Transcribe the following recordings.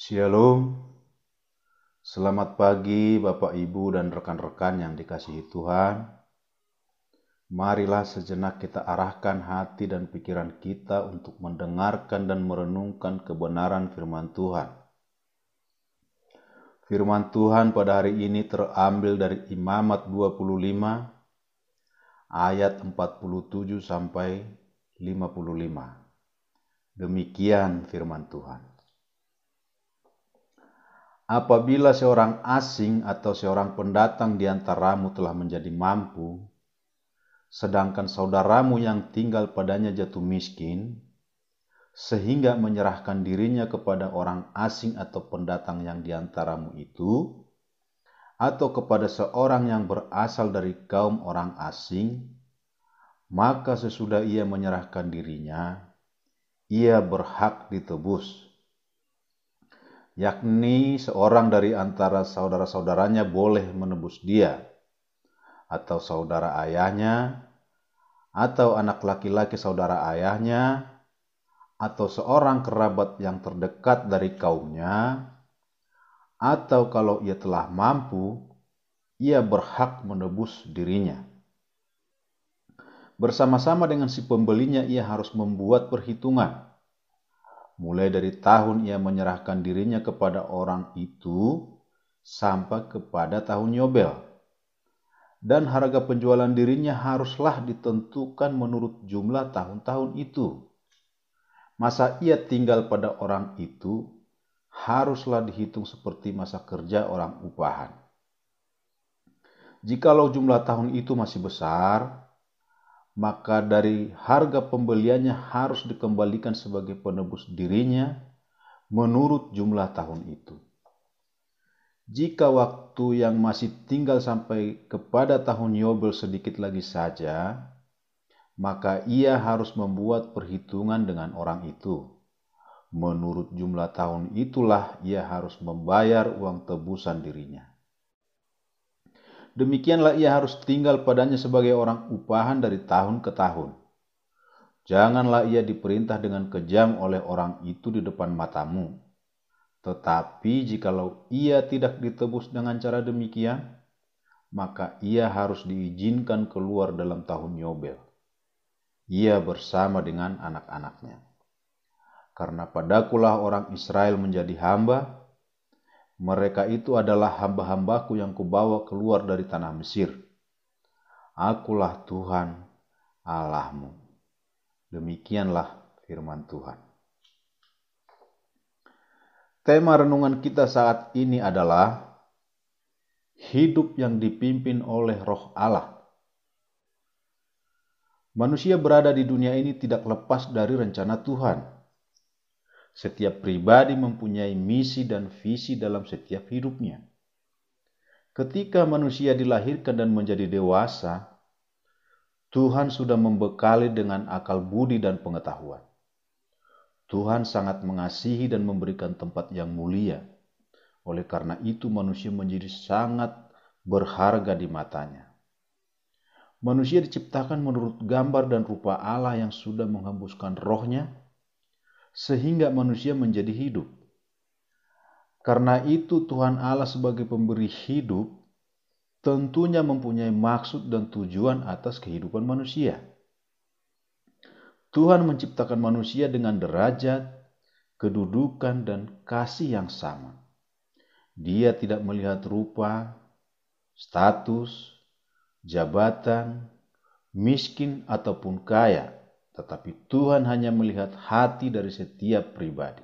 Shalom, selamat pagi Bapak Ibu dan rekan-rekan yang dikasihi Tuhan. Marilah sejenak kita arahkan hati dan pikiran kita untuk mendengarkan dan merenungkan kebenaran firman Tuhan. Firman Tuhan pada hari ini terambil dari Imamat 25 ayat 47 sampai 55. Demikian firman Tuhan. Apabila seorang asing atau seorang pendatang di antaramu telah menjadi mampu, sedangkan saudaramu yang tinggal padanya jatuh miskin, sehingga menyerahkan dirinya kepada orang asing atau pendatang yang di antaramu itu, atau kepada seorang yang berasal dari kaum orang asing, maka sesudah ia menyerahkan dirinya, ia berhak ditebus. Yakni seorang dari antara saudara-saudaranya boleh menebus dia, atau saudara ayahnya, atau anak laki-laki saudara ayahnya, atau seorang kerabat yang terdekat dari kaumnya, atau kalau ia telah mampu, ia berhak menebus dirinya. Bersama-sama dengan si pembelinya ia harus membuat perhitungan. Mulai dari tahun ia menyerahkan dirinya kepada orang itu sampai kepada tahun Yobel. Dan harga penjualan dirinya haruslah ditentukan menurut jumlah tahun-tahun itu. Masa ia tinggal pada orang itu haruslah dihitung seperti masa kerja orang upahan. Jikalau jumlah tahun itu masih besar, maka dari harga pembeliannya harus dikembalikan sebagai penebus dirinya menurut jumlah tahun itu. Jika waktu yang masih tinggal sampai kepada tahun Yobel sedikit lagi saja, maka ia harus membuat perhitungan dengan orang itu. Menurut jumlah tahun itulah ia harus membayar uang tebusan dirinya. Demikianlah ia harus tinggal padanya sebagai orang upahan dari tahun ke tahun. Janganlah ia diperintah dengan kejam oleh orang itu di depan matamu. Tetapi jikalau ia tidak ditebus dengan cara demikian, maka ia harus diizinkan keluar dalam tahun Yobel. Ia bersama dengan anak-anaknya. Karena padakulah orang Israel menjadi hamba, mereka itu adalah hamba-hambaku yang kubawa keluar dari tanah Mesir. Akulah Tuhan Allahmu. Demikianlah firman Tuhan. Tema renungan kita saat ini adalah hidup yang dipimpin oleh Roh Allah. Manusia berada di dunia ini tidak lepas dari rencana Tuhan. Setiap pribadi mempunyai misi dan visi dalam setiap hidupnya. Ketika manusia dilahirkan dan menjadi dewasa, Tuhan sudah membekali dengan akal budi dan pengetahuan. Tuhan sangat mengasihi dan memberikan tempat yang mulia. Oleh karena itu manusia menjadi sangat berharga di matanya. Manusia diciptakan menurut gambar dan rupa Allah yang sudah menghembuskan rohnya, sehingga manusia menjadi hidup. Karena itu Tuhan Allah sebagai pemberi hidup tentunya mempunyai maksud dan tujuan atas kehidupan manusia. Tuhan menciptakan manusia dengan derajat, kedudukan, dan kasih yang sama. Dia tidak melihat rupa, status, jabatan, miskin ataupun kaya, tetapi Tuhan hanya melihat hati dari setiap pribadi.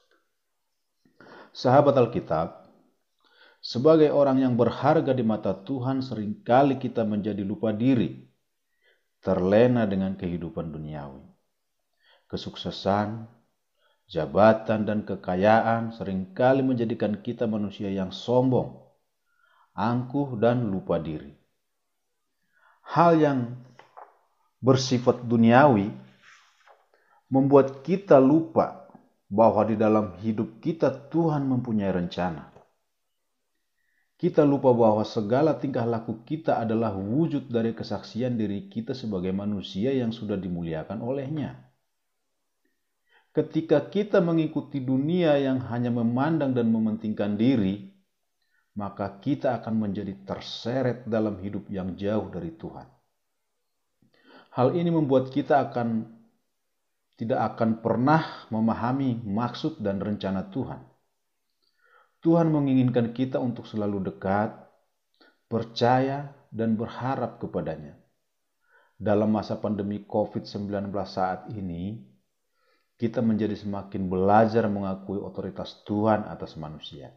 Sahabat Alkitab, sebagai orang yang berharga di mata Tuhan, seringkali kita menjadi lupa diri, terlena dengan kehidupan duniawi. Kesuksesan, jabatan, dan kekayaan seringkali menjadikan kita manusia yang sombong, angkuh, dan lupa diri. Hal yang bersifat duniawi membuat kita lupa bahwa di dalam hidup kita Tuhan mempunyai rencana. Kita lupa bahwa segala tingkah laku kita adalah wujud dari kesaksian diri kita sebagai manusia yang sudah dimuliakan olehnya. Ketika kita mengikuti dunia yang hanya memandang dan mementingkan diri, maka kita akan menjadi terseret dalam hidup yang jauh dari Tuhan. Hal ini membuat kita tidak akan pernah memahami maksud dan rencana Tuhan. Tuhan menginginkan kita untuk selalu dekat, percaya, dan berharap kepadanya. Dalam masa pandemi COVID-19 saat ini, kita menjadi semakin belajar mengakui otoritas Tuhan atas manusia.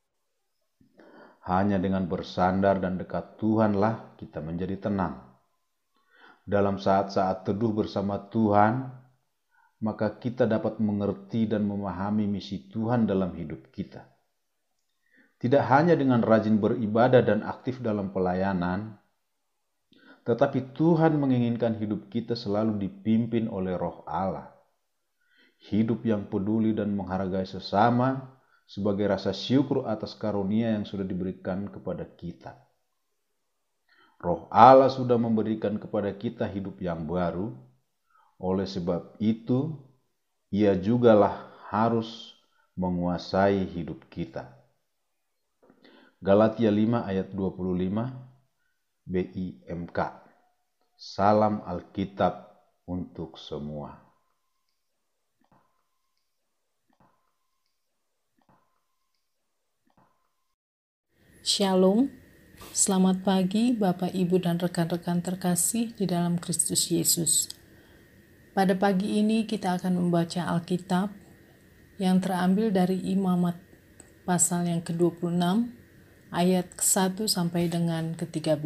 Hanya dengan bersandar dan dekat Tuhanlah kita menjadi tenang. Dalam saat-saat teduh bersama Tuhan, maka kita dapat mengerti dan memahami misi Tuhan dalam hidup kita. Tidak hanya dengan rajin beribadah dan aktif dalam pelayanan, tetapi Tuhan menginginkan hidup kita selalu dipimpin oleh Roh Allah. Hidup yang peduli dan menghargai sesama sebagai rasa syukur atas karunia yang sudah diberikan kepada kita. Roh Allah sudah memberikan kepada kita hidup yang baru. Oleh sebab itu, Ia jugalah harus menguasai hidup kita. Galatia 5 ayat 25 BIMK. Salam Alkitab untuk semua. Shalom, selamat pagi Bapak, Ibu, dan rekan-rekan terkasih di dalam Kristus Yesus. Pada pagi ini kita akan membaca Alkitab yang terambil dari Imamat pasal yang ke-26 ayat ke-1 sampai dengan ke-13.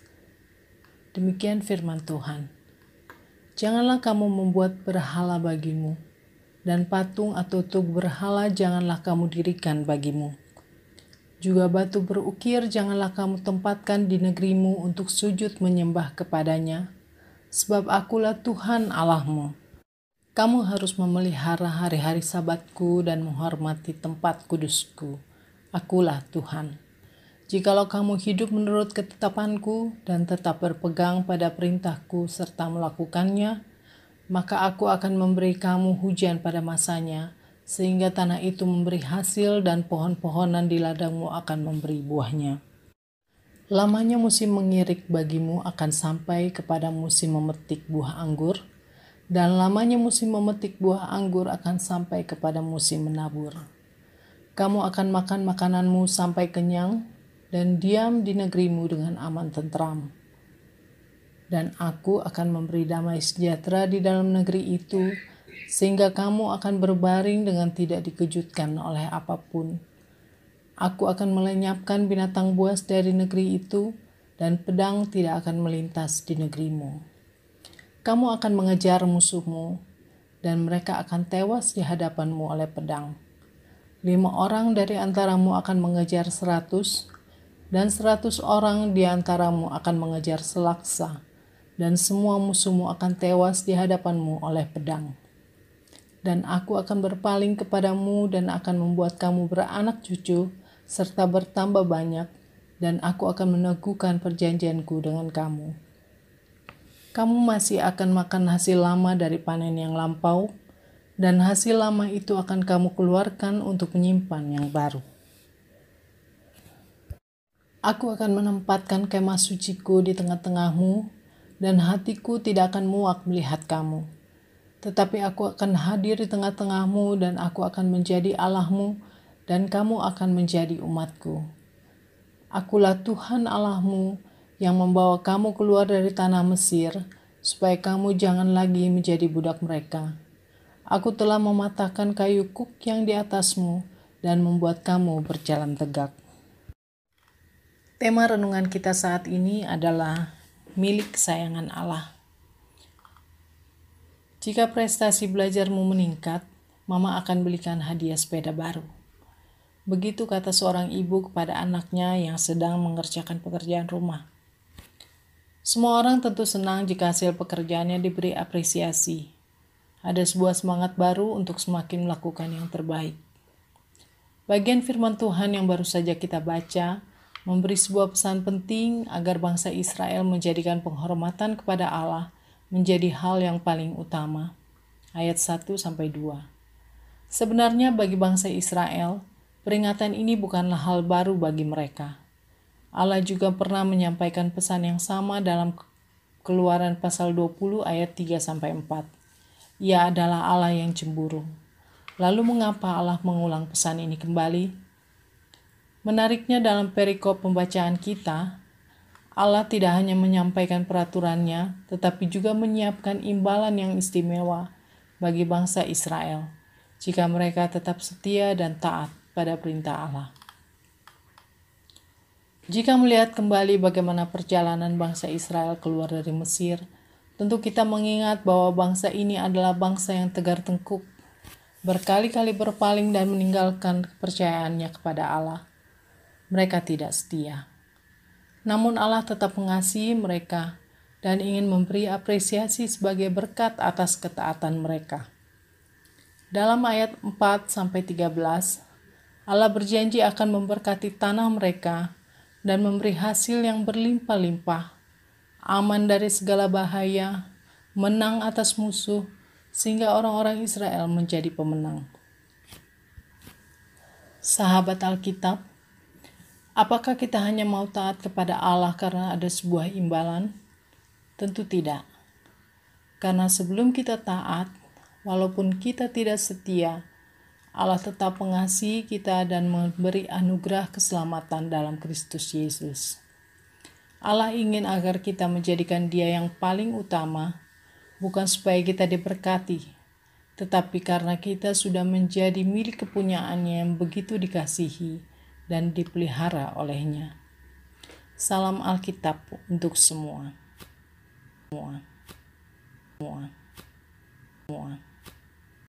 Demikian firman Tuhan. Janganlah kamu membuat berhala bagimu, dan patung atau tug berhala janganlah kamu dirikan bagimu. Juga batu berukir janganlah kamu tempatkan di negerimu untuk sujud menyembah kepadanya, sebab akulah Tuhan Allahmu. Kamu harus memelihara hari-hari Sabatku dan menghormati tempat kudusku. Akulah Tuhan. Jikalau kamu hidup menurut ketetapanku dan tetap berpegang pada perintahku serta melakukannya, maka aku akan memberi kamu hujan pada masanya, sehingga tanah itu memberi hasil dan pohon-pohonan di ladangmu akan memberi buahnya. Lamanya musim mengirik bagimu akan sampai kepada musim memetik buah anggur, dan lamanya musim memetik buah anggur akan sampai kepada musim menabur. Kamu akan makan makananmu sampai kenyang, dan diam di negerimu dengan aman tentram. Dan aku akan memberi damai sejahtera di dalam negeri itu, sehingga kamu akan berbaring dengan tidak dikejutkan oleh apapun. Aku akan melenyapkan binatang buas dari negeri itu, dan pedang tidak akan melintas di negerimu. Kamu akan mengejar musuhmu, dan mereka akan tewas di hadapanmu oleh pedang. 5 orang dari antaramu akan mengejar 100, dan 100 orang di antaramu akan mengejar selaksa, dan semua musuhmu akan tewas di hadapanmu oleh pedang. Dan aku akan berpaling kepadamu dan akan membuat kamu beranak cucu, serta bertambah banyak, dan aku akan meneguhkan perjanjianku dengan kamu. Kamu masih akan makan hasil lama dari panen yang lampau, dan hasil lama itu akan kamu keluarkan untuk menyimpan yang baru. Aku akan menempatkan kemah suciku di tengah-tengahmu, dan hatiku tidak akan muak melihat kamu. Tetapi aku akan hadir di tengah-tengahmu, dan aku akan menjadi Allahmu, dan kamu akan menjadi umatku. Akulah Tuhan Allahmu yang membawa kamu keluar dari tanah Mesir, supaya kamu jangan lagi menjadi budak mereka. Aku telah mematahkan kayu kuk yang di atasmu, dan membuat kamu berjalan tegak. Tema renungan kita saat ini adalah milik kesayangan Allah. Jika prestasi belajarmu meningkat, Mama akan belikan hadiah sepeda baru. Begitu kata seorang ibu kepada anaknya yang sedang mengerjakan pekerjaan rumah. Semua orang tentu senang jika hasil pekerjaannya diberi apresiasi. Ada sebuah semangat baru untuk semakin melakukan yang terbaik. Bagian firman Tuhan yang baru saja kita baca memberi sebuah pesan penting agar bangsa Israel menjadikan penghormatan kepada Allah menjadi hal yang paling utama. Ayat 1-2. Sebenarnya bagi bangsa Israel, peringatan ini bukanlah hal baru bagi mereka. Allah juga pernah menyampaikan pesan yang sama dalam Keluaran pasal 20 ayat 3-4. Ia adalah Allah yang cemburu. Lalu mengapa Allah mengulang pesan ini kembali? Menariknya dalam perikop pembacaan kita, Allah tidak hanya menyampaikan peraturannya, tetapi juga menyiapkan imbalan yang istimewa bagi bangsa Israel, jika mereka tetap setia dan taat pada perintah Allah. Jika melihat kembali bagaimana perjalanan bangsa Israel keluar dari Mesir, tentu kita mengingat bahwa bangsa ini adalah bangsa yang tegar tengkuk, berkali-kali berpaling dan meninggalkan kepercayaannya kepada Allah. Mereka tidak setia. Namun Allah tetap mengasihi mereka dan ingin memberi apresiasi sebagai berkat atas ketaatan mereka. Dalam ayat 4-13, Allah berjanji akan memberkati tanah mereka dan memberi hasil yang berlimpah-limpah, aman dari segala bahaya, menang atas musuh, sehingga orang-orang Israel menjadi pemenang. Sahabat Alkitab, apakah kita hanya mau taat kepada Allah karena ada sebuah imbalan? Tentu tidak. Karena sebelum kita taat, walaupun kita tidak setia, Allah tetap mengasihi kita dan memberi anugerah keselamatan dalam Kristus Yesus. Allah ingin agar kita menjadikan Dia yang paling utama, bukan supaya kita diberkati, tetapi karena kita sudah menjadi milik kepunyaannya yang begitu dikasihi dan dipelihara olehnya. Salam Alkitab untuk semua.